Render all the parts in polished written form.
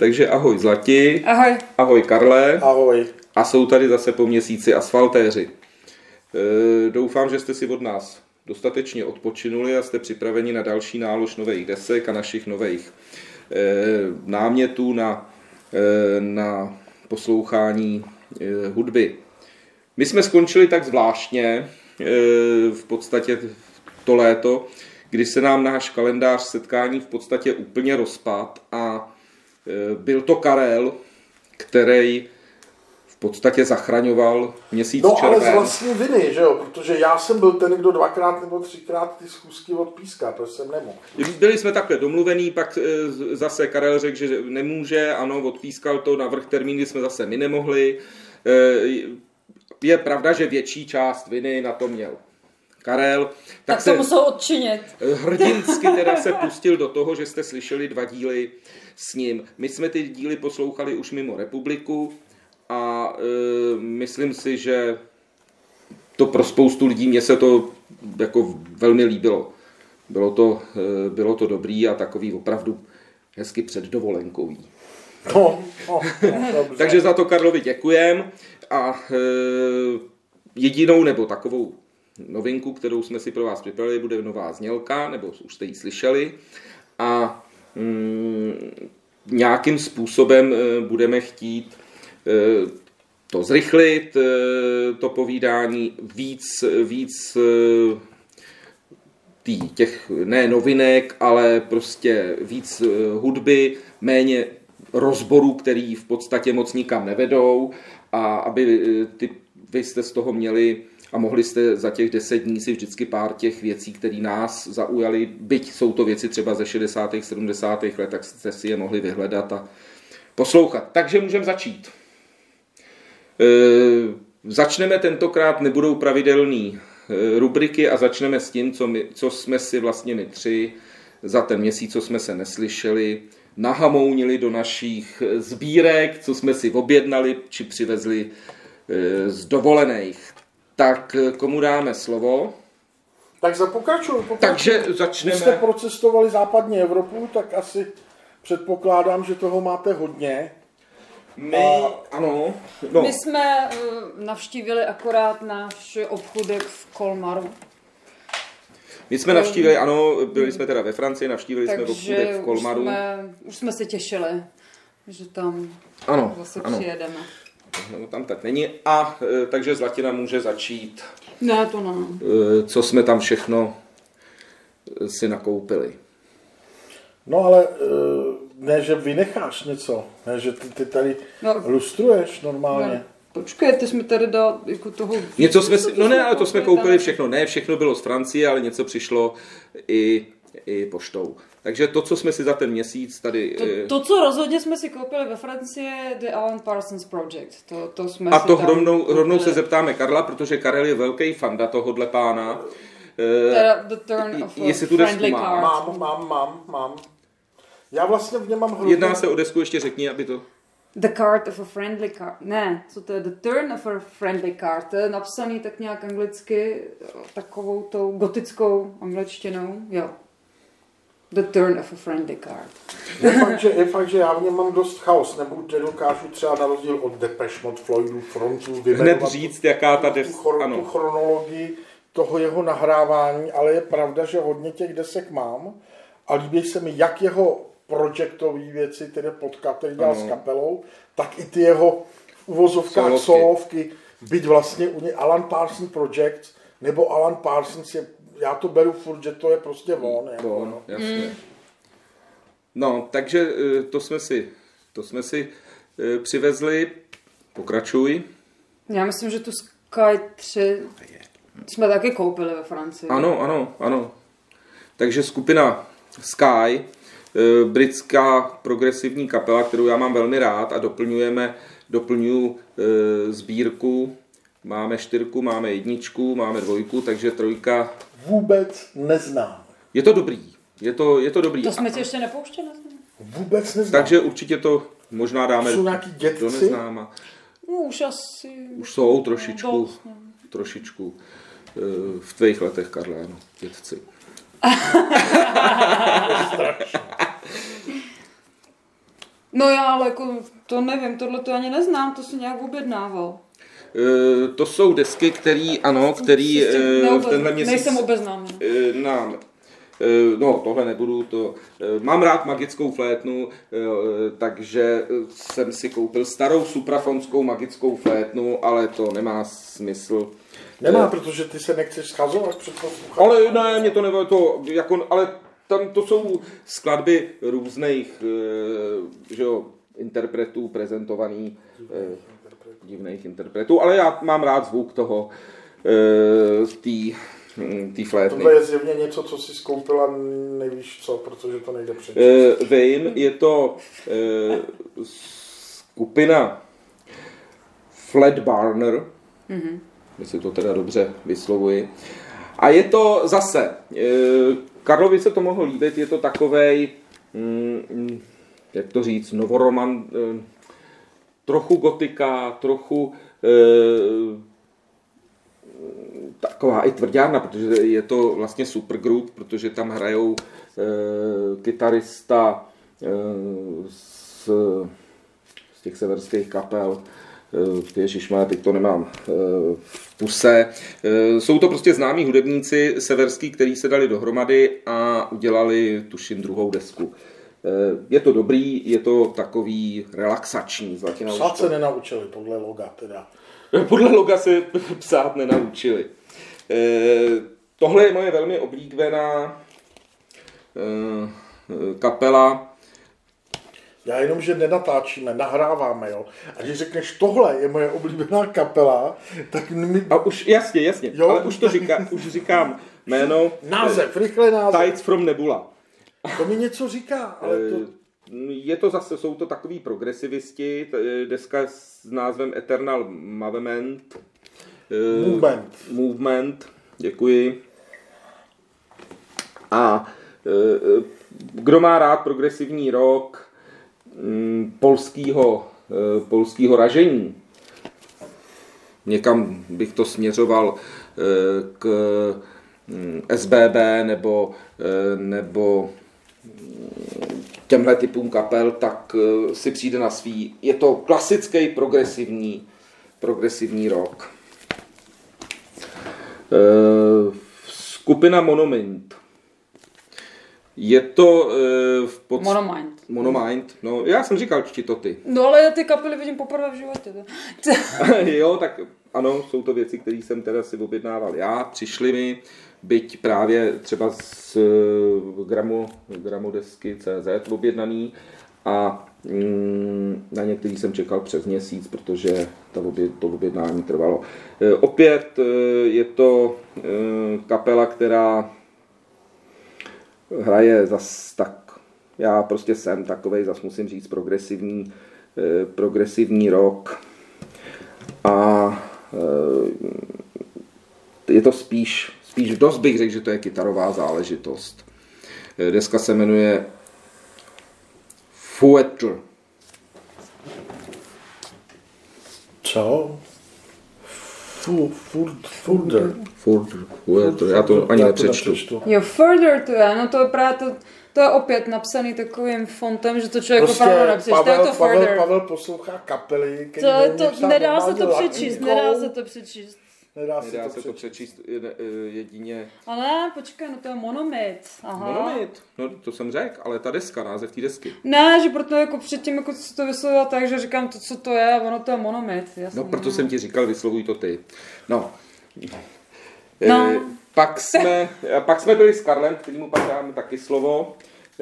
Takže ahoj Zlati. Ahoj. Ahoj Karle. Ahoj. A jsou tady zase po měsíci asfaltéři. Doufám, že jste si od nás dostatečně odpočinuli a jste připraveni na další nálož nových desek a našich nových námětů na poslouchání hudby. My jsme skončili tak zvláštně, v podstatě to léto, kdy se nám náš kalendář setkání v podstatě úplně rozpad a byl to Karel, který v podstatě zachraňoval měsíc červen. No ale z vlastní viny, že jo, protože já jsem byl ten, kdo 2x nebo 3x ty schůzky odpíská, protože jsem nemohl. Byli jsme takhle domluvený, pak zase Karel řekl, že nemůže, ano, odpískal to, navrch termíny jsme zase my nemohli. Je pravda, že větší část viny na to měl Karel. Tak to musel odčinit. Hrdinsky teda se pustil do toho, že jste slyšeli 2 díly s ním. My jsme ty díly poslouchali už mimo republiku a myslím si, že to pro spoustu lidí, mně se to jako velmi líbilo. Bylo to dobrý a takový opravdu hezky předdovolenkový. Takže za to Karlovi děkujem a jedinou nebo takovou novinku, kterou jsme si pro vás připravili, bude nová znělka, nebo už jste ji slyšeli a nějakým způsobem budeme chtít to zrychlit, to povídání víc těch ne novinek, ale prostě víc hudby, méně rozborů, který v podstatě moc nikam nevedou a aby vy jste z toho měli a mohli jste za těch 10 dní si vždycky pár těch věcí, které nás zaujaly, byť jsou to věci třeba ze 60. 70. let, tak jste si je mohli vyhledat a poslouchat. Takže můžeme začít. Začneme tentokrát, nebudou pravidelné rubriky a začneme s tím, co jsme si vlastně my 3 za ten měsíc, co jsme se neslyšeli, nahamounili do našich sbírek, co jsme si objednali či přivezli z dovolených. Tak komu dáme slovo? Tak pokračuj. Takže začneme. Když jste procestovali západní Evropu, tak asi předpokládám, že toho máte hodně. Ano. No. My jsme navštívili akorát náš obchůdek v Kolmaru. My jsme navštívili, ano, byli jsme teda ve Francii, navštívili jsme obchůdek v Kolmaru. Už jsme se těšili, že tam zase přijedeme. No, tam tak není. A takže Zlatina může začít. Ne, to ne. Co jsme tam všechno si nakoupili. No ale ne, že vynecháš něco. Ne, že ty tady lustruješ normálně. Ne. Počkej, ty jsme tady dal jako toho... Něco jsme si, no ne, ale to jsme koupili všechno. Ne, všechno bylo z Francie, ale něco přišlo i poštou. Takže to, co jsme si za ten měsíc tady... To co rozhodně jsme si koupili ve Francii, je The Alan Parsons Project. To jsme a si to tam rovnou se zeptáme Karla, protože Karel je velký fanda tohohle pána. The Turn of a Friendly Card. Mám. Já vlastně v něm mám hrozně... Jedná se o desku, ještě řekni, aby to... The Card of a Friendly Card. Ne, co to je? The Turn of a Friendly Card. To je napsaný tak nějak anglicky, takovou tou gotickou angličtinou. Jo. The Turn of a Friendly Card. Je fakt, že já v něm mám dost chaos, nebo nedokážu třeba na rozdíl od Depeche Mode, Floydů, Frontu vyjmenovat hned říct, jaká ta tu chronologii toho jeho nahrávání, ale je pravda, že hodně těch desek mám a líbí se mi jak jeho projektové věci, tedy podcast, který dělal s kapelou, tak i ty jeho uvozovkách solovky, byť vlastně u něj Alan Parsons Project, nebo Alan Parsons je, já to beru furt, že to je prostě on. Jasně. No, takže to jsme si přivezli. Pokračuj. Já myslím, že tu Sky 3 jsme taky koupili ve Francii. Ano. Takže skupina Sky, britská progresivní kapela, kterou já mám velmi rád a doplňuji sbírku. Máme 4, máme 1, máme 2, takže 3. Vůbec neznám. Je to dobrý. Je to dobrý. To jsme tě ještě nepouštěli? Vůbec neznám. Takže určitě to možná dáme jsou nějaký dětci? Do neznáma. Už asi... Už jsou trošičku v tvých letech, Karle, ano, dětci. No já ale jako, to nevím, tohle to ani neznám, to si nějak objednával. To jsou desky, který v tenhle měsíc nejsem obeznámen. nám. No, tohle nebudu, mám rád magickou flétnu, takže jsem si koupil starou suprafonskou magickou flétnu, ale to nemá smysl. Nemá, protože ty se nechceš schazovat před posluchači. Ale ne, mě to nevadí, ale tam to jsou skladby různých interpretů, prezentovaných divných interpretů, ale já mám rád zvuk toho té flétny. Tohle je zjevně něco, co jsi skoupila, nevíš co, protože to nejde přečíst. Vím, je to skupina Flatburner, jestli to teda dobře vyslovuji. A je to zase, Karlovi se to mohlo líbit, je to takovej, jak to říct, novoroman, trochu gotika, trochu taková i tvrdárna, protože je to vlastně supergroup, protože tam hrajou kytarista z těch severských kapel, ježišmá, teď to nemám v puse. Jsou to prostě známí hudebníci severský, kteří se dali dohromady a udělali, tuším, druhou desku. Je to dobrý, je to takový relaxační. Psát se nenaučili podle loga teda. Podle loga se psát nenaučili. Tohle je moje velmi oblíbená kapela. Já jenom, že nenatáčíme, nahráváme, jo. A když řekneš, tohle je moje oblíbená kapela, tak mi... A už, jasně, jo? Ale už říkám jméno. Název, rychle název. Tides from Nebula. To mi něco říká, ale to... Je to zase, jsou to takový progresivisti, deska s názvem Eternal Movement, děkuji. A kdo má rád progresivní rock polskýho ražení, někam bych to směřoval k SBB nebo těmhle typům kapel, tak si přijde na svý. Je to klasický progresivní rock. Skupina Monomind. Je to Monomind. No, já jsem říkal to ty. No, ale já ty kapely vidím poprvé v životě. Jo, tak ano, jsou to věci, které jsem teda si objednával já. Přišly mi, byť právě třeba z gramodesky CZ objednaný a na některý jsem čekal přes měsíc, protože to objednání trvalo. Opět je to kapela, která hraje zas tak, já prostě jsem takovej, zas musím říct, progresivní rock a je to spíš dost bych řekl, že to je kytarová záležitost. Deska se jmenuje Fueter. Co? Fueter. Já to ani nepřečtu. Jo, Further to je, no to je právě to je opět napsaný takovým fontem, že to člověk prostě opravdu nepřečte. To je to Further. Pavel poslouchá kapely, nedá se to přečíst, Nedá se to přečíst jedině. Ale počkej, no to je Monomid. Aha. Monomid, no to jsem řekl, ale ta deska, název té desky. Ne, že proto jako předtím jako si to vyslovila tak, že říkám to, co to je, ono to je Monomid. Jasný, no, proto jsem ti říkal, vyslovuj to ty. No. Pak jsme byli s Karlem, kterýmu pak dáme taky slovo,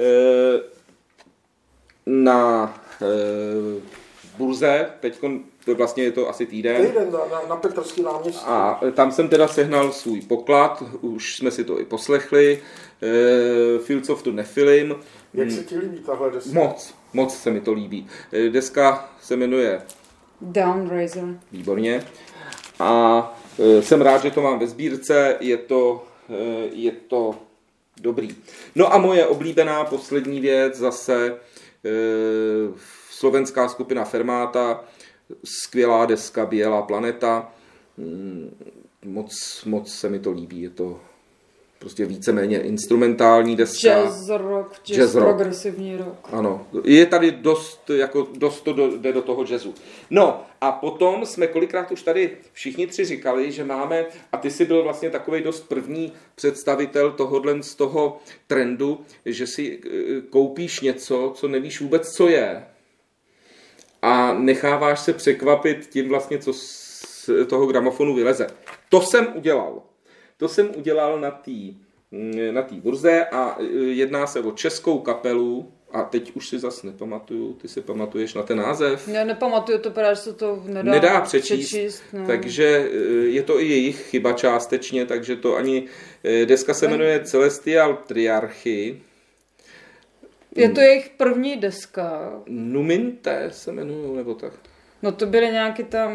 na burze, teďkon, vlastně je to asi týden. Na Petrský náměstí. A tam jsem teda sehnal svůj poklad, už jsme si to i poslechli, Fields of the Nephilim. Jak se ti líbí tahle deska? Moc se mi to líbí. Deska se jmenuje Downraiser. Výborně. A jsem rád, že to mám ve sbírce, je to dobrý. No a moje oblíbená poslední věc zase slovenská skupina Fermata, skvělá deska Bělá planeta, moc se mi to líbí, je to prostě víceméně instrumentální deska. Jazz rock, jazz progresivní rock. Ano, je tady dost to jde do toho jazzu. No a potom jsme kolikrát už tady všichni tři říkali, že máme, a ty jsi byl vlastně takovej dost první představitel tohodle z toho trendu, že si koupíš něco, co nevíš vůbec, co je. A necháváš se překvapit tím vlastně, co z toho gramofonu vyleze. To jsem udělal na té burze a jedná se o českou kapelu a teď už si zas nepamatuju, ty si pamatuješ na ten název? Já nepamatuju to, protože se to nedá přečíst no. Takže je to i jejich chyba částečně, takže to ani deska se jmenuje Celestial Triarchy. Je to jejich první deska. Numinte se jmenují, nebo tak. No to byly nějaký tam...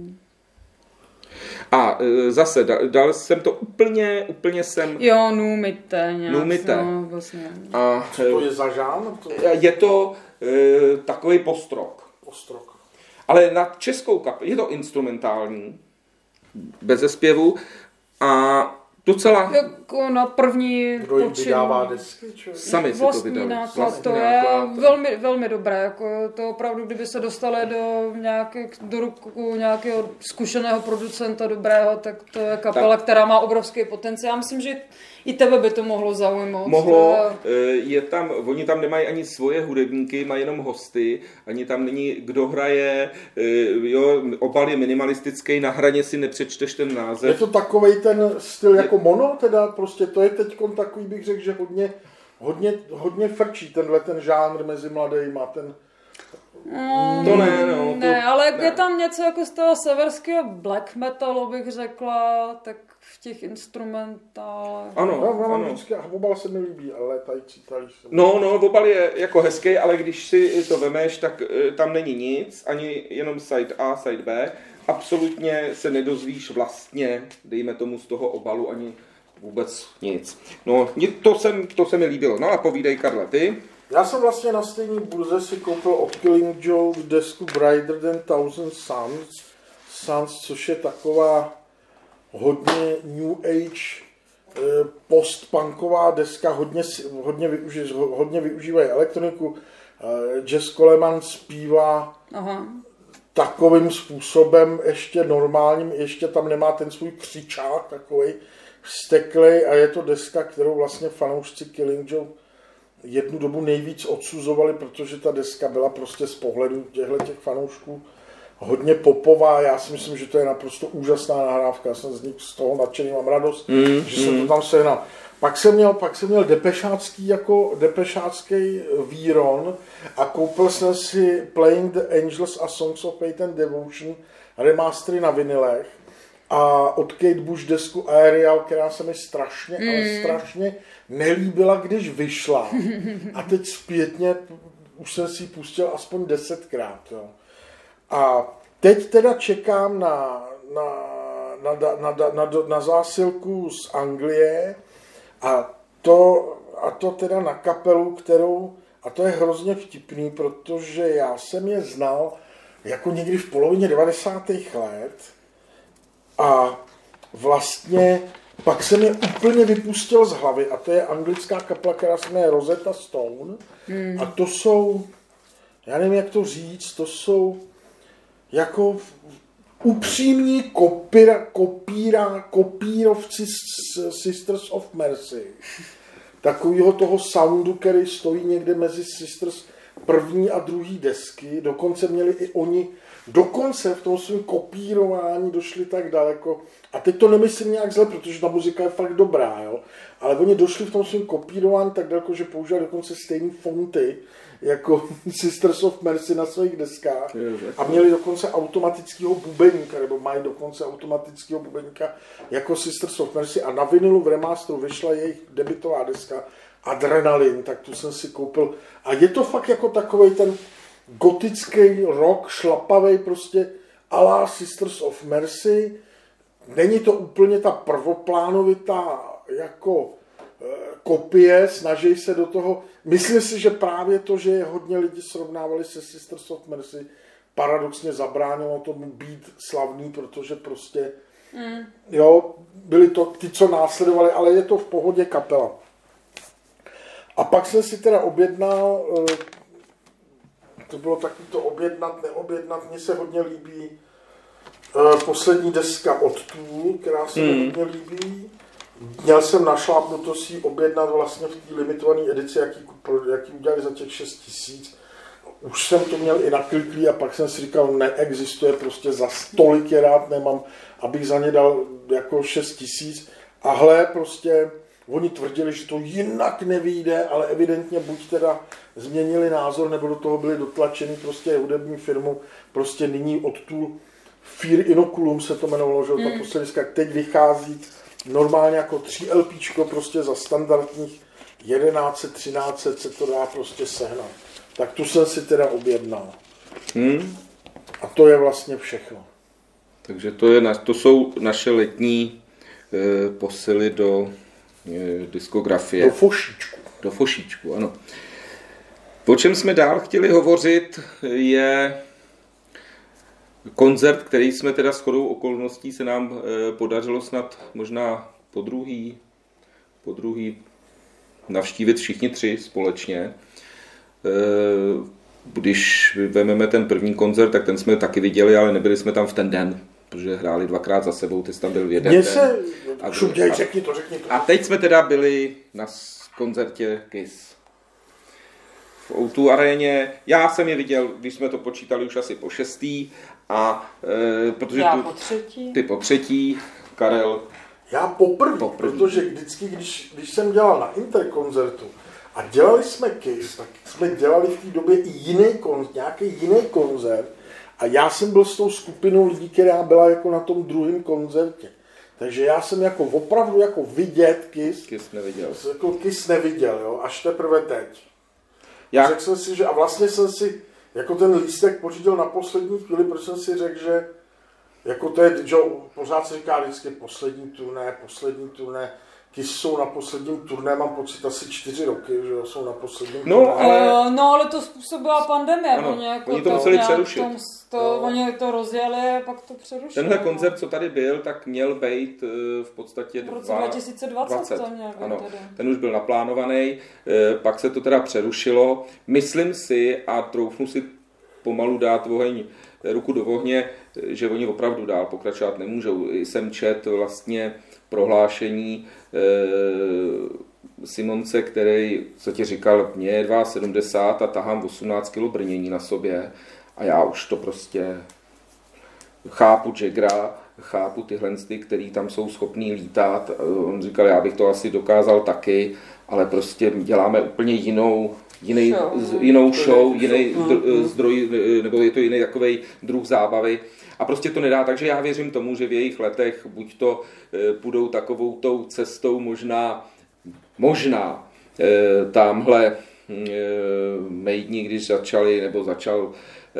A zase, dal jsem to úplně jsem... Jo, Numite nějak. Numite. No, vlastně. A co to je za žánr? Je to takový postrok. Ale na českou kapelu, je to instrumentální, bez zpěvu a docela... Jako na první Kdo jim vydává desky? Sami si to vydali. Náklad, to je velmi, velmi dobré. Jako to opravdu, kdyby se dostali do ruku nějakého zkušeného producenta dobrého, tak to je kapela, která má obrovský potenciál. Já myslím, že i tebe by to mohlo zaujmout. Oni tam nemají ani svoje hudebníky, mají jenom hosty, ani tam není kdo hraje, obal je minimalistický, na hraně si nepřečteš ten název. Je to takovej ten styl jako mono, teda prostě to je teďkon takový, bych řekl, že hodně frčí ten žánr mezi mladejma, ten... Ale je tam něco jako z toho severského black metalu, bych řekla, tak v těch instrumentálech. Ano. Vždycky, obal se mi líbí, ale letající talíř. No, obal je jako hezký, ale když si to vemeš, tak tam není nic, ani jenom side A, side B. Absolutně se nedozvíš vlastně, dejme tomu z toho obalu, ani vůbec nic. No, to se mi líbilo. No a povídej, Karle, ty? Já jsem vlastně na stejné burze si koupil od Killing Joke desku Brighter Than Thousand Suns, což je taková hodně new age postpunková deska, hodně využívají elektroniku. Jazz Coleman zpívá takovým způsobem ještě normálním, ještě tam nemá ten svůj křičák takovej vzteklej a je to deska, kterou vlastně fanoušci Killing Joke jednu dobu nejvíc odsuzovali, protože ta deska byla prostě z pohledu těch fanoušků hodně popová. Já si myslím, že to je naprosto úžasná nahrávka. Já jsem z toho nadšený, mám radost, že jsem to tam sehnal. Pak jsem měl depešácký výron a koupil jsem si Playing the Angels a Songs of Faith and Devotion remastery na vinylech a od Kate Bush desku Aerial, která se mi strašně nelíbila, když vyšla. A teď zpětně už jsem si ji pustil aspoň 10krát. Jo. A teď teda čekám na zásilku z Anglie a to teda na kapelu, kterou, a to je hrozně vtipný, protože já jsem je znal jako někdy v polovině 90. let a vlastně pak jsem je úplně vypustil z hlavy a to je anglická kapela, která se jmenuje Rosetta Stone a to jsou, já nevím, jak to říct, to jsou jako upřímní kopírovci Sisters of Mercy. Takovýho toho soundu, který stojí někde mezi Sisters první a druhý desky. Dokonce měli i oni, dokonce v tom svém kopírování došli tak daleko. A teď to nemyslím nějak zle, protože ta muzika je fakt dobrá, jo. Ale oni došli v tom svém kopírování tak daleko, že používali dokonce stejné fonty jako Sisters of Mercy na svých deskách. A měli dokonce automatického bubeníka, nebo mají dokonce automatického bubeníka jako Sisters of Mercy. A na vinilu v remasteru vyšla jejich debutová deska Adrenalin, tak tu jsem si koupil. A je to fakt jako takovej ten gotický rock, šlapavej prostě a la Sisters of Mercy. Není to úplně ta prvoplánovitá jako kopie, snaží se do toho. Myslím si, že právě to, že hodně lidi srovnávali se Sisters of Mercy, paradoxně zabránilo tomu být slavný, protože prostě jo, byli to ty, co následovali, ale je to v pohodě kapela. A pak jsem si teda objednal, to bylo takový to objednat, neobjednat, mně se hodně líbí poslední deska od Tool, která se mi hodně líbí. Měl jsem našlápnuto si ji objednat vlastně v té limitované edici, jaký udělali za těch 6 000. Už jsem to měl i nakliklý a pak jsem si říkal, neexistuje, prostě za stolik je rád nemám, abych za ně dal jako 6 000. A hle, prostě oni tvrdili, že to jinak nevyjde, ale evidentně buď teda změnili názor, nebo do toho byli dotlačeni prostě hudební firmu, prostě nyní od Tool Fear Inoculum se to jmenovalo, že ta poslední diska, teď vychází normálně jako 3 LPčko, prostě za standardních 1100-1300 se to dá prostě sehnat. Tak tu jsem si teda objednal. A to je vlastně všechno. Takže to jsou naše letní posily do diskografie. Do fošíčku, ano. O čem jsme dál chtěli hovořit, je koncert, který jsme teda shodou okolností se nám podařilo snad možná po druhý navštívit všichni 3 společně. Když vezmeme ten první koncert, tak ten jsme taky viděli, ale nebyli jsme tam v ten den, protože hráli 2krát za sebou, ty jsi tam byl v jeden den. Řekni to. A teď jsme teda byli na koncertě Kiss. V O2 aréně. Já jsem je viděl, když jsme to počítali už asi po 6. A protože já po 3. Ty po 3. Karel. Já poprvé, protože vždycky, když jsem dělal na Interkoncertu a dělali jsme Kiss, tak jsme dělali v té době i nějaký jiný koncert a já jsem byl s tou skupinou lidí, která byla jako na tom druhém koncertě. Takže já jsem jako opravdu jako vidět Kiss neviděl, jo, až teprve teď. Řekl jsem si, že a vlastně jsem si jako ten lístek pořídil na poslední chvíli, protože jsem si řekl, že jako to je, že pořád se říká vždycky poslední turné, Kiss jsou na posledním turné, mám pocit asi 4 roky, že jsou na posledním turné. Ale to způsobila pandemie. Ano, oni to museli přerušit. Oni to rozjeli a pak to přerušili. Tenhle koncert, co tady byl, tak měl být v podstatě v roce 2020 to měl být. Ano, ten už byl naplánovaný, pak se to teda přerušilo. Myslím si a troufnu si pomalu dát ruku do ohně, že oni opravdu dál pokračovat nemůžou. Jsem četl vlastně prohlášení Simonce, který, co ti říkal, mě je 72 a tahám 18 kg brnění na sobě a já už to prostě chápu Jaggera, chápu tyhle, který tam jsou schopný lítat. On říkal, já bych to asi dokázal taky, ale prostě děláme úplně jinou show, jiný zdroj, nebo je to jiný takovej druh zábavy. A prostě to nedá, takže já věřím tomu, že v jejich letech buď to půjdou takovou tou cestou možná tamhle Maideni, když začal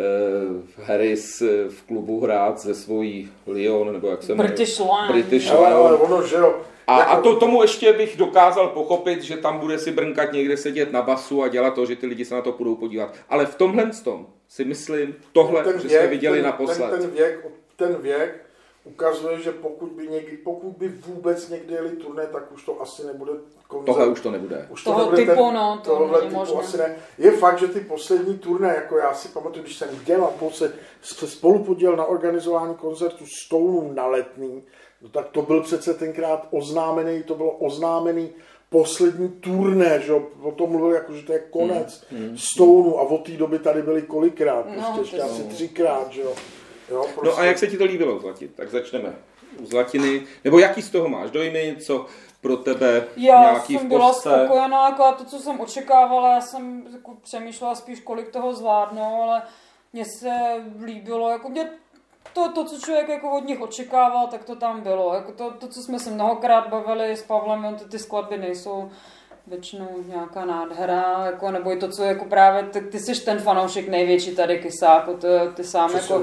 Harris v klubu hrát ze svojí Lyon, nebo jak se jmenuje? British Lion. Ale ono, že jo. A tomu ještě bych dokázal pochopit, že tam bude si brnkat někde sedět na basu a dělat to, že ty lidi se na to budou podívat. Ale v tomhle si myslím, že jsme viděli naposled. Ten věk ukazuje, že pokud by vůbec někdy jeli turné, tak už to asi nebude koncert. Tohle už to nebude. Toho typu, to není možné. Asi ne. Je fakt, že ty poslední turné, jako já si pamatuju, když jsem dělal, se spolupodílel na organizování koncertu Stoneů na Letný, no tak to byl přece tenkrát oznámený poslední turné, že o tom mluvil, jako, že to je konec Stoneů a od té doby tady byli kolikrát, prostě ještě asi 3krát, že jo. Prostě. No a jak se ti to líbilo, Zlati? Tak začneme u Zlatiny. Nebo jaký z toho máš dojmy, co pro tebe nějaký v Já jsem byla spokojená, jako to, co jsem očekávala, já jsem jako přemýšlela spíš, kolik toho zvládnou, ale mně se líbilo, jako mě to, co člověk jako od nich očekával, tak to tam bylo. Jako to, co jsme se mnohokrát bavili s Pavlem, ty skladby nejsou většinou nějaká nádhera, jako, nebo i to, co jako právě, ty jsi ten fanoušek největší tady Kissáku, ty sám jako...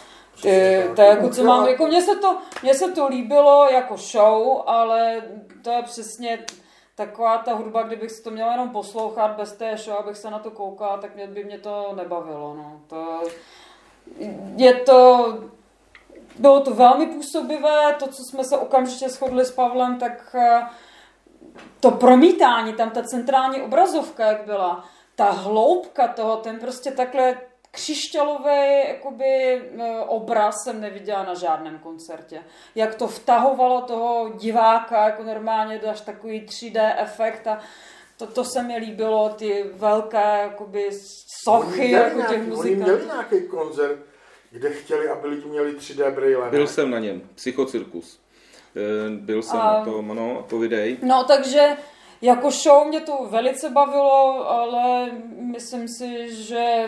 To jako, co mám, jako mně se to líbilo jako show, ale to je přesně taková ta hudba, kdybych si to měla jenom poslouchat bez té show, abych se na to koukala, tak by mě to nebavilo, no. Je to bylo to velmi působivé, to, co jsme se okamžitě shodli s Pavlem, tak to promítání, tam ta centrální obrazovka, jak byla, ta hloubka toho, ten prostě takhle křišťalový jakoby, obraz jsem neviděla na žádném koncertě. Jak to vtahovalo toho diváka, jako normálně dáš takový 3D efekt a to se mi líbilo, ty velké jakoby, sochy jako těch muzikantů. Oni měli nějaký koncert, kde chtěli, aby lidi měli 3D brýle. Byl jsem na něm, Psychocirkus. Byl jsem na tom, ano, povidej. No, takže jako show mě to velice bavilo, ale myslím si, že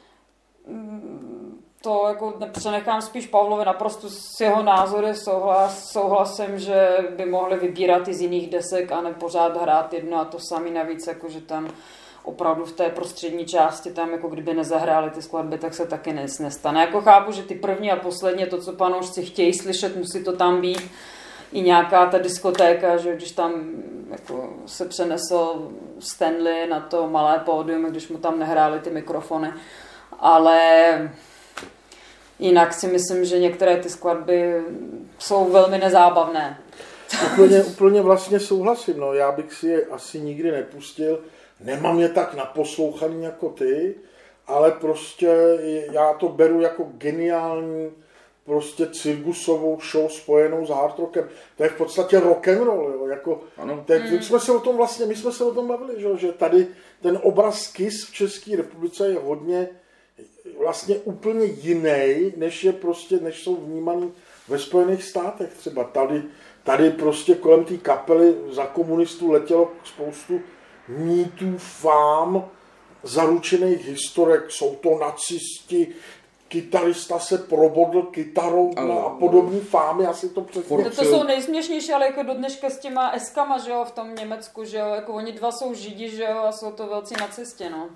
to jako přenechám spíš Pavlovi, naprosto s jeho názory souhlasím, že by mohli vybírat i z jiných desek a ne pořád hrát jedno a to samý, navíc, jako že tam opravdu v té prostřední části tam jako kdyby nezahráli ty skladby, tak se taky nic nestane. Jako chápu, že ty první a poslední, to, co panoušci chtějí slyšet, musí to tam být. I nějaká ta diskotéka, že když tam jako se přenesl Stanley na to malé pódium, když mu tam nehráli ty mikrofony. Ale jinak si myslím, že některé ty skladby jsou velmi nezábavné. Úplně vlastně souhlasím. No. Já bych si je asi nikdy nepustil. Nemám je tak naposlouchaný jako ty, ale prostě já to beru jako geniální prostě cirkusovou show spojenou s hard rockem. To je v podstatě rock and roll, jo. Jako, my jsme se o tom bavili, že tady ten obraz Kiss v České republice je hodně vlastně úplně jiný, než jsou vnímaný ve Spojených státech třeba. Tady prostě kolem té kapely za komunistů letělo spoustu mýtů, fám, zaručených historek, jsou to nacisti, kytarista se probodl kytarou a podobné fámy, asi to přesně. To jsou nejsměšnější, ale jako do dneška s těma eskama, že jo, v tom Německu, že jo, jako oni dva jsou Židi, že jo, a jsou to velcí nacisti, no.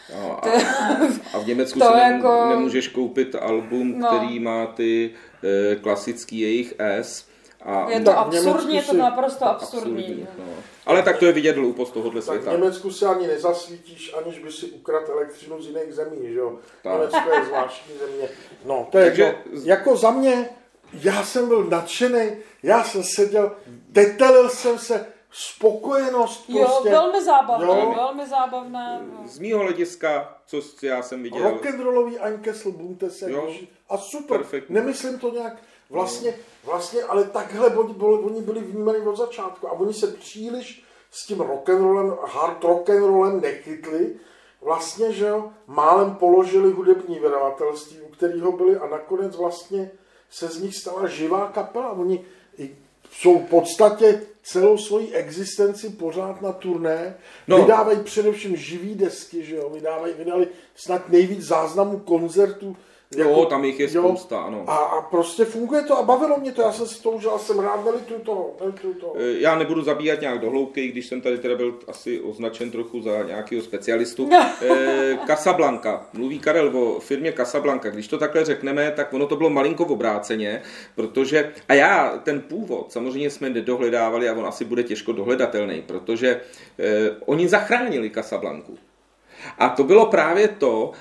A v Německu si jako nemůžeš koupit album, který má ty klasický jejich S. A je to absurdní, je to naprosto absurdní. No. Ale tak to je vidět hloupost tohohle světa. Tak v Německu si ani nezasvítíš, aniž by si ukradl elektřinu z jiných zemí, že jo? Německo je zvláštní země. No, to je takže jako za mě, já jsem byl nadšený, já jsem seděl, detelil jsem se, spokojenost prostě. Jo, velmi zábavné. Z mýho hlediska, co já jsem viděl. Rock'n'rollový Einkessel Buntes a super, perfektní. Nemyslím to nějak Vlastně, ale takhle oni byli vnímaní od začátku a oni se příliš s tím rock'n'rollem, hard rock'n'rollem nechytli. Vlastně, že jo, málem položili hudební vydavatelství, u kterého byli a nakonec vlastně se z nich stala živá kapela. Oni jsou v podstatě celou svoji existenci pořád na turné. Vydávají především živý desky, že jo, vydali snad nejvíc záznamů koncertů. Jako, tam jich je spousta, ano. A prostě funguje to a bavilo mě to, já jsem si to užil, jsem rád, nelituju to. Já nebudu zabíhat nějak do hloubky, když jsem tady teda byl asi označen trochu za nějakého specialistu. Casablanca, mluví Karel o firmě Casablanca, když to takhle řekneme, tak ono to bylo malinko obráceně, protože, a já ten původ, samozřejmě jsme nedohledávali a on asi bude těžko dohledatelný, protože oni zachránili Casablancu. A to bylo právě to,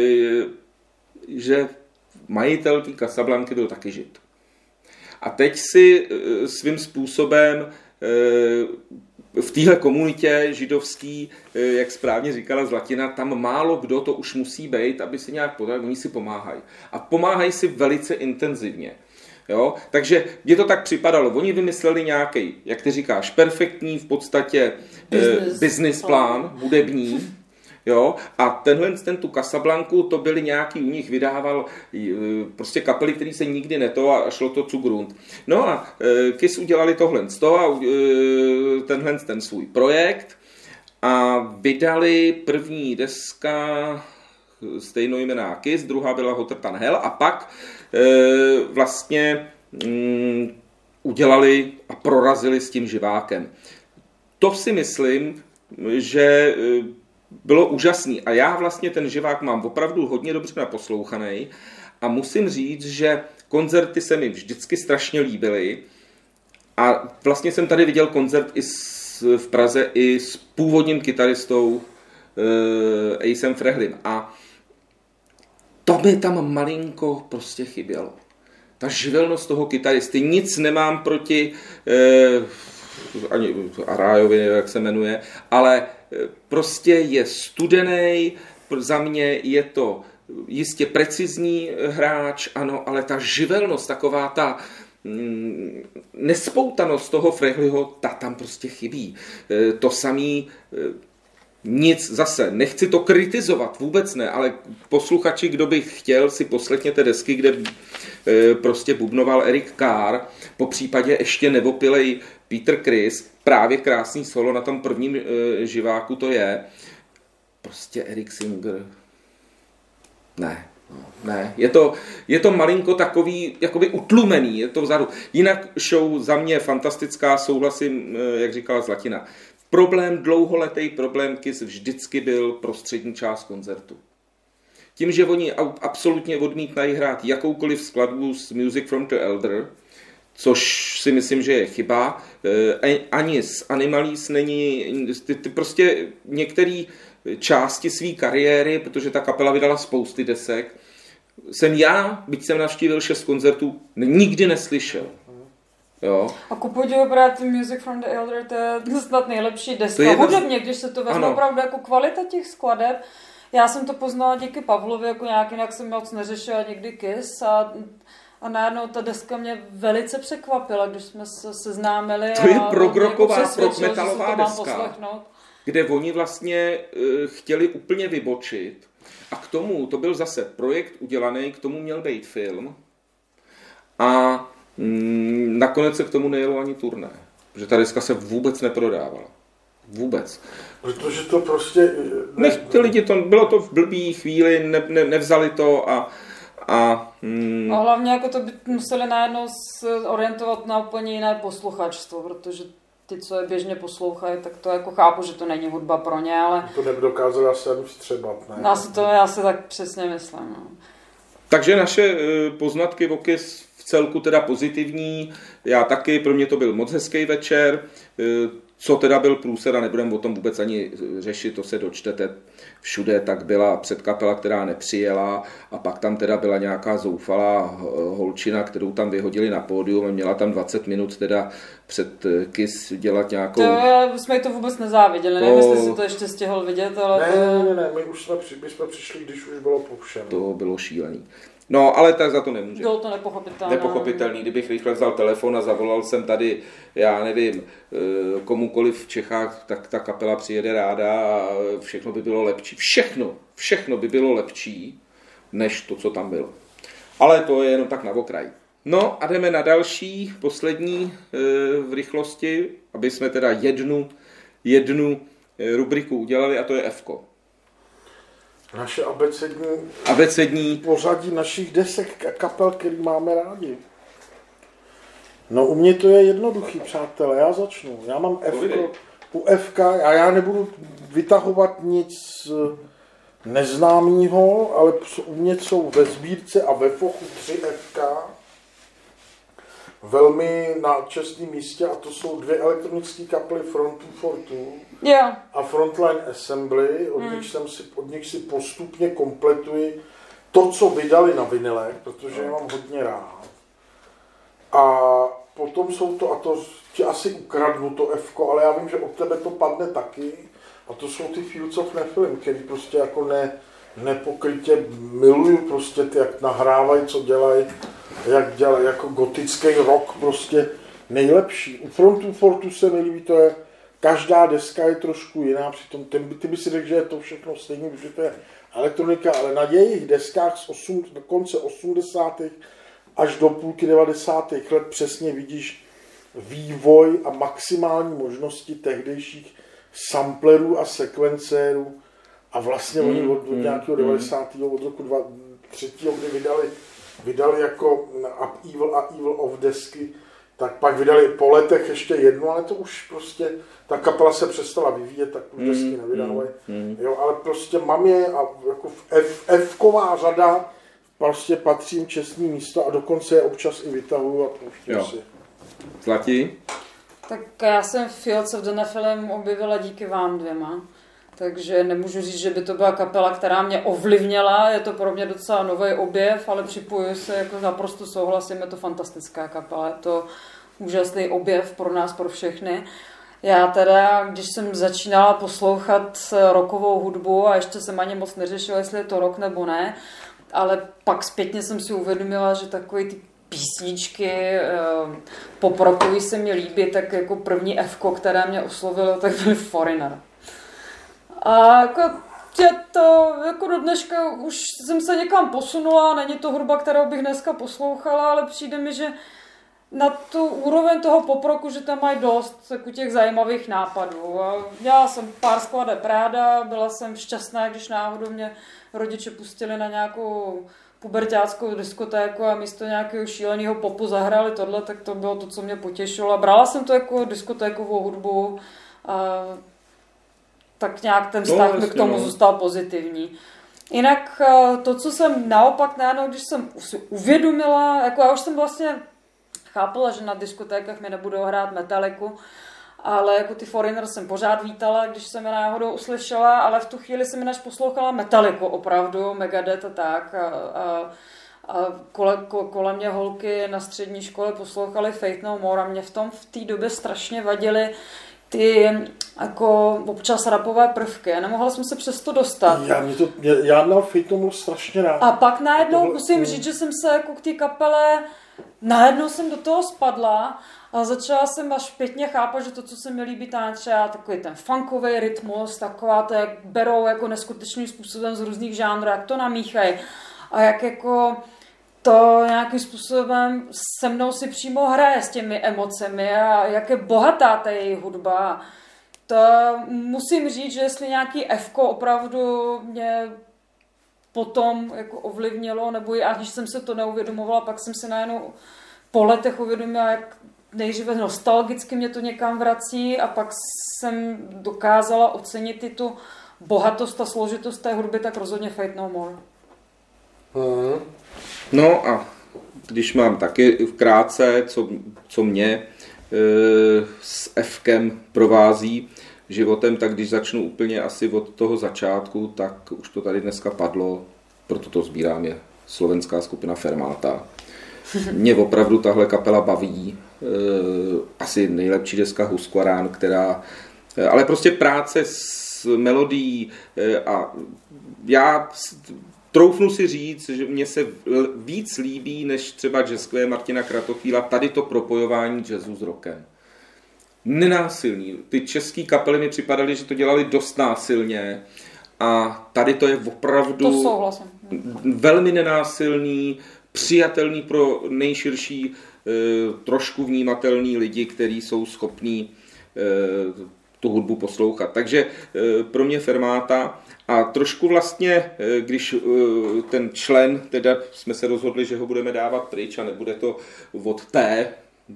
že majitel té Casablanky byl taky Žid. A teď si svým způsobem v téhle komunitě židovský, jak správně říkala Zlatina, tam málo kdo to už musí být, aby si nějak podali, oni si pomáhají. A pomáhají si velice intenzivně. Jo? Takže mně to tak připadalo. Oni vymysleli nějaký, jak ty říkáš, perfektní v podstatě business plán, hudební. Jo? A tu Casablanku, to byly nějaký, u nich vydával prostě kapely, který se nikdy a šlo to zu Grund. No a Kiss udělali tohle z toho a ten svůj projekt a vydali první deska stejnojmenná Kiss, druhá byla Hotter than Hell a pak vlastně udělali a prorazili s tím živákem. To si myslím, že bylo úžasný. A já vlastně ten živák mám opravdu hodně dobře naposlouchaný a musím říct, že koncerty se mi vždycky strašně líbily a vlastně jsem tady viděl koncert i v Praze i s původním kytaristou Acem Frehlim a to mi tam malinko prostě chybělo. Ta živelnost toho kytaristy. Nic nemám proti ani Arájovi, jak se jmenuje, ale prostě je studený, za mě je to jistě precizní hráč, ano, ale ta živelnost, taková ta nespoutanost toho Frehleyho, ta tam prostě chybí. To samý nic zase, nechci to kritizovat, vůbec ne, ale posluchači, kdo by chtěl, si poslechněte desky, kde prostě bubnoval Eric Carr, po případě ještě nevopilej Peter Criss, právě krásný solo na tom prvním živáku to je. Prostě Eric Singer. Ne. Je to malinko takový, jakoby utlumený, je to vzadu. Jinak show za mě fantastická, souhlasím, jak říkala Zlatina. Dlouholetý problém Kiss vždycky byl prostřední část koncertu. Tím, že oni absolutně odmítají hrát jakoukoliv skladbu z Music from the Elder, což si myslím, že je chyba, ani z Animals není, ty prostě některé části své kariéry, protože ta kapela vydala spousty desek, jsem já, byť jsem navštívil 6 koncertů, nikdy neslyšel. Jo. A ku podivu právě Music from the Elder, to je snad nejlepší deska. Hudebně, když se to vezme opravdu jako kvalita těch skladeb. Já jsem to poznala díky Pavlovi, jako nějak jinak jsem moc neřešila někdy Kiss a najednou ta deska mě velice překvapila, když jsme se seznámili. To je progroková, progmetalová deska, kde oni vlastně chtěli úplně vybočit a k tomu, to byl zase projekt udělaný, k tomu měl být film a nakonec se k tomu nejelo ani turné, protože ta deska se vůbec neprodávala. Vůbec. Protože to prostě... Ty lidi, bylo to v blbý chvíli, nevzali to a hlavně jako to by museli najednou orientovat na úplně jiné posluchačstvo, protože ty, co je běžně poslouchají, tak to jako chápu, že to není hudba pro ně, ale... To nedokázali asi ani vstřebat, ne? Já si tak přesně myslím, no. Takže naše poznatky o Kiss v celku teda pozitivní, já taky, pro mě to byl moc hezký večer, co teda byl průser a nebudeme o tom vůbec ani řešit, to se dočtete všude, tak byla předkapela, která nepřijela a pak tam teda byla nějaká zoufalá holčina, kterou tam vyhodili na pódium a měla tam 20 minut teda před Kiss dělat nějakou... jsme to vůbec nezáviděli, nevím, jestli si to ještě stihl vidět, ale... Ne, my jsme přišli, když už bylo po všem. To bylo šílený. No, ale tak za to nemůže. Bylo to nepochopitelný. Kdybych rychle vzal telefon a zavolal jsem tady, já nevím, komukoliv v Čechách, tak ta kapela přijede ráda a všechno by bylo lepší. Všechno by bylo lepší, než to, co tam bylo. Ale to je jenom tak na okraj. No a jdeme na další, poslední v rychlosti, aby jsme teda jednu rubriku udělali, a to je F-ko. Naše abecední pořadí našich desek kapel, který máme rádi. No u mě to je jednoduchý, přátelé, já začnu. Já mám F-ko, u F-ka a já nebudu vytahovat nic neznámého, ale u mě jsou ve sbírce a ve fochu 3 F-ka velmi na čestném místě a to jsou 2 elektronické kapely Front 242 a Frontline Assembly, od nich si postupně kompletuji to, co vydali na vinilech, protože je mám hodně rád. A potom jsou to, a to ti asi ukradnu to F-ko, ale já vím, že od tebe to padne taky, a to jsou ty Fields of Nephilim, který prostě jako nepokrytě miluju prostě ty, jak nahrávají, co dělají, jak dělají jako gotický rock prostě nejlepší. U Frontu Fortu se mi líbí, to je, každá deska je trošku jiná, přitom ty by si řekl, že je to všechno stejné, protože to je elektronika, ale na jejich deskách do konce 80. až do půlky 90. let přesně vidíš vývoj a maximální možnosti tehdejších samplerů a sekvencérů a vlastně oni od nějakého 90. od roku 2003, kdy vydali jako Up Evil a Evil of desky, tak pak vydali po letech ještě jednu, ale to už prostě, ta kapela se přestala vyvíjet, tak už desky nevydávají. Jo, ale prostě mám je a jako F-ková řada, prostě patřím čestný místo a dokonce je občas i vytahuju a pouštím si. Zlatí? Tak já jsem Fields of the Nephilim objevila díky vám dvěma. Takže nemůžu říct, že by to byla kapela, která mě ovlivnila, je to pro mě docela nový objev, ale připojuji se, jako naprosto souhlasím, je to fantastická kapela, je to úžasný objev pro nás, pro všechny. Já teda, když jsem začínala poslouchat rockovou hudbu a ještě jsem ani moc neřešila, jestli je to rock nebo ne, ale pak zpětně jsem si uvědomila, že takový ty písničky pop rockový se mi líbí, tak jako první F-ko, které mě oslovilo, tak byl Foreigner. A jako do dneška už jsem se někam posunula, není to hudba, kterou bych dneska poslouchala, ale přijde mi, že na tu úroveň toho poproku, že tam mají dost těch zajímavých nápadů. A dělala jsem pár skladeb ráda, byla jsem šťastná, když náhodou mě rodiče pustili na nějakou puberťáckou diskotéku a místo nějakého šíleného popu zahráli tohle, tak to bylo to, co mě potěšilo. A brala jsem to jako diskotékovou hudbu a tak nějak ten vztah mi k tomu zůstal pozitivní. Jinak to, co jsem naopak najednou, když jsem si uvědomila, jako já už jsem vlastně chápala, že na diskotékách mi nebudou hrát Metalliku, ale jako ty Foreigner jsem pořád vítala, když jsem je náhodou uslyšela, ale v tu chvíli jsem jinak poslouchala Metalliku opravdu, Megadeth a tak. A kolem mě holky na střední škole poslouchaly Faith No More a mě v té době strašně vadily ty jako občas rapové prvky. Nemohla jsem se přes to dostat. Já měl Faith No More strašně rád. A pak najednou musím říct, že jsem se jako k té kapele najednou jsem do toho spadla a začala jsem až zpětně chápat, že to, co se mi líbí, třeba takový ten funkový rytmus, taková to, jak berou jako neskutečným způsobem z různých žánrů, jak to namíchají a jak jako to nějakým způsobem se mnou si přímo hraje s těmi emocemi a jak je bohatá ta její hudba. To musím říct, že jestli nějaký F-ko opravdu mě potom jako ovlivnilo, nebo i když jsem se to neuvědomovala, pak jsem se najednou po letech uvědomila, jak nejdříve nostalgicky mě to někam vrací a pak jsem dokázala ocenit i tu bohatost a složitost té hudby, tak rozhodně Faith No More. No a když mám taky krátce, co mě s F-kem provází životem, tak když začnu úplně asi od toho začátku, tak už to tady dneska padlo, proto to sbírám, je slovenská skupina Fermata. Mě opravdu tahle kapela baví, asi nejlepší deska Husqvarna, která, ale prostě práce s melodií a já troufnu si říct, že mně se víc líbí, než třeba jazzové Martina Kratochvíla, tady to propojování jazzu s rockem. Nenásilný. Ty český kapely mi připadaly, že to dělali dost násilně a tady to je opravdu velmi nenásilný, přijatelný pro nejširší, trošku vnímatelný lidi, kteří jsou schopní tu hudbu poslouchat. Takže pro mě Fermata a trošku vlastně, když ten člen, teda jsme se rozhodli, že ho budeme dávat pryč a nebude to od té,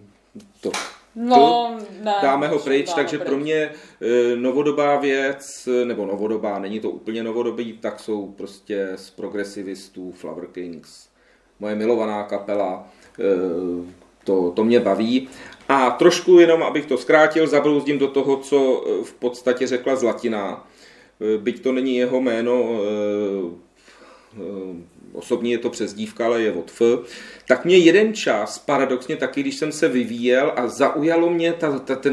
dáme ho pryč, takže pro mě novodobá věc, nebo novodobá, není to úplně novodobý, tak jsou prostě z progresivistů Flower Kings. Moje milovaná kapela, to mě baví. A trošku jenom, abych to zkrátil, zabrouzdím do toho, co v podstatě řekla Zlatina. Byť to není jeho jméno, osobně je to přezdívka, ale je od F, tak mě jeden čas, paradoxně taky, když jsem se vyvíjel a zaujalo mě ten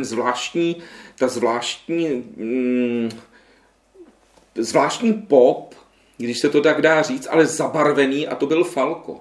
zvláštní pop, když se to tak dá říct, ale zabarvený, a to byl Falco.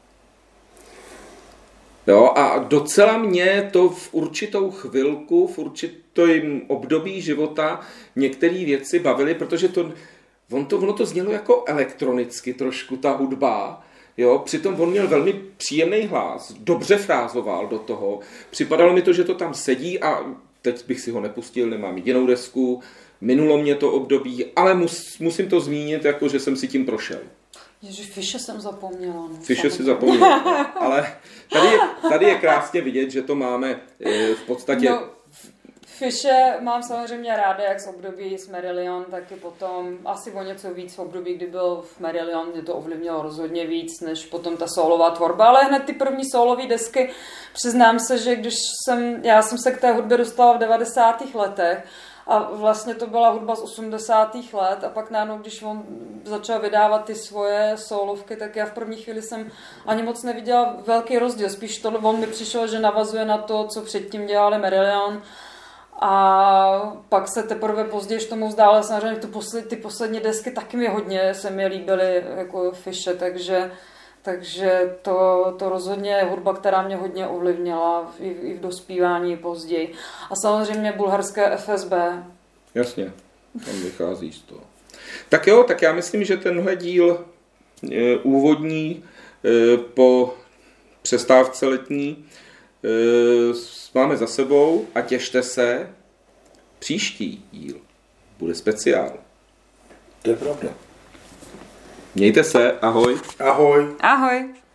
Jo, a docela mě to v určitou chvilku, v určitém období života některé věci bavily, protože ono to znělo jako elektronicky trošku, ta hudba. Jo, přitom on měl velmi příjemný hlas, dobře frázoval do toho. Připadalo mi to, že to tam sedí a teď bych si ho nepustil, nemám jedinou desku. Minulo mě to období, ale musím to zmínit, jako že jsem si tím prošel. Ježi, Fische jsem zapomněla. No, Fische si zapomněla, ale tady je krásně vidět, že to máme v podstatě... No, Fische mám samozřejmě ráda, jak z období s Marillion, taky potom asi o něco víc v období, kdy byl v Marillion, mě to ovlivnilo rozhodně víc, než potom ta sólová tvorba, ale hned ty první sólové desky, přiznám se, že já jsem se k té hudbě dostala v 90. letech A vlastně to byla hudba z 80. let a pak najednou, když on začal vydávat ty svoje solovky, tak já v první chvíli jsem ani moc neviděla velký rozdíl. Spíš to on mi přišel, že navazuje na to, co předtím dělali Marillion. A pak se teprve později tomu zdálo, samozřejmě ty poslední desky taky mi hodně se mi líbily jako Fische, takže to rozhodně je hudba, která mě hodně ovlivnila i v dospívání později. A samozřejmě bulharské FSB. Jasně, tam vychází z toho. Tak jo, tak já myslím, že tenhle díl úvodní po přestávce letní máme za sebou a těšte se, příští díl bude speciál. To je pravda. Mějte se, ahoj. Ahoj. Ahoj.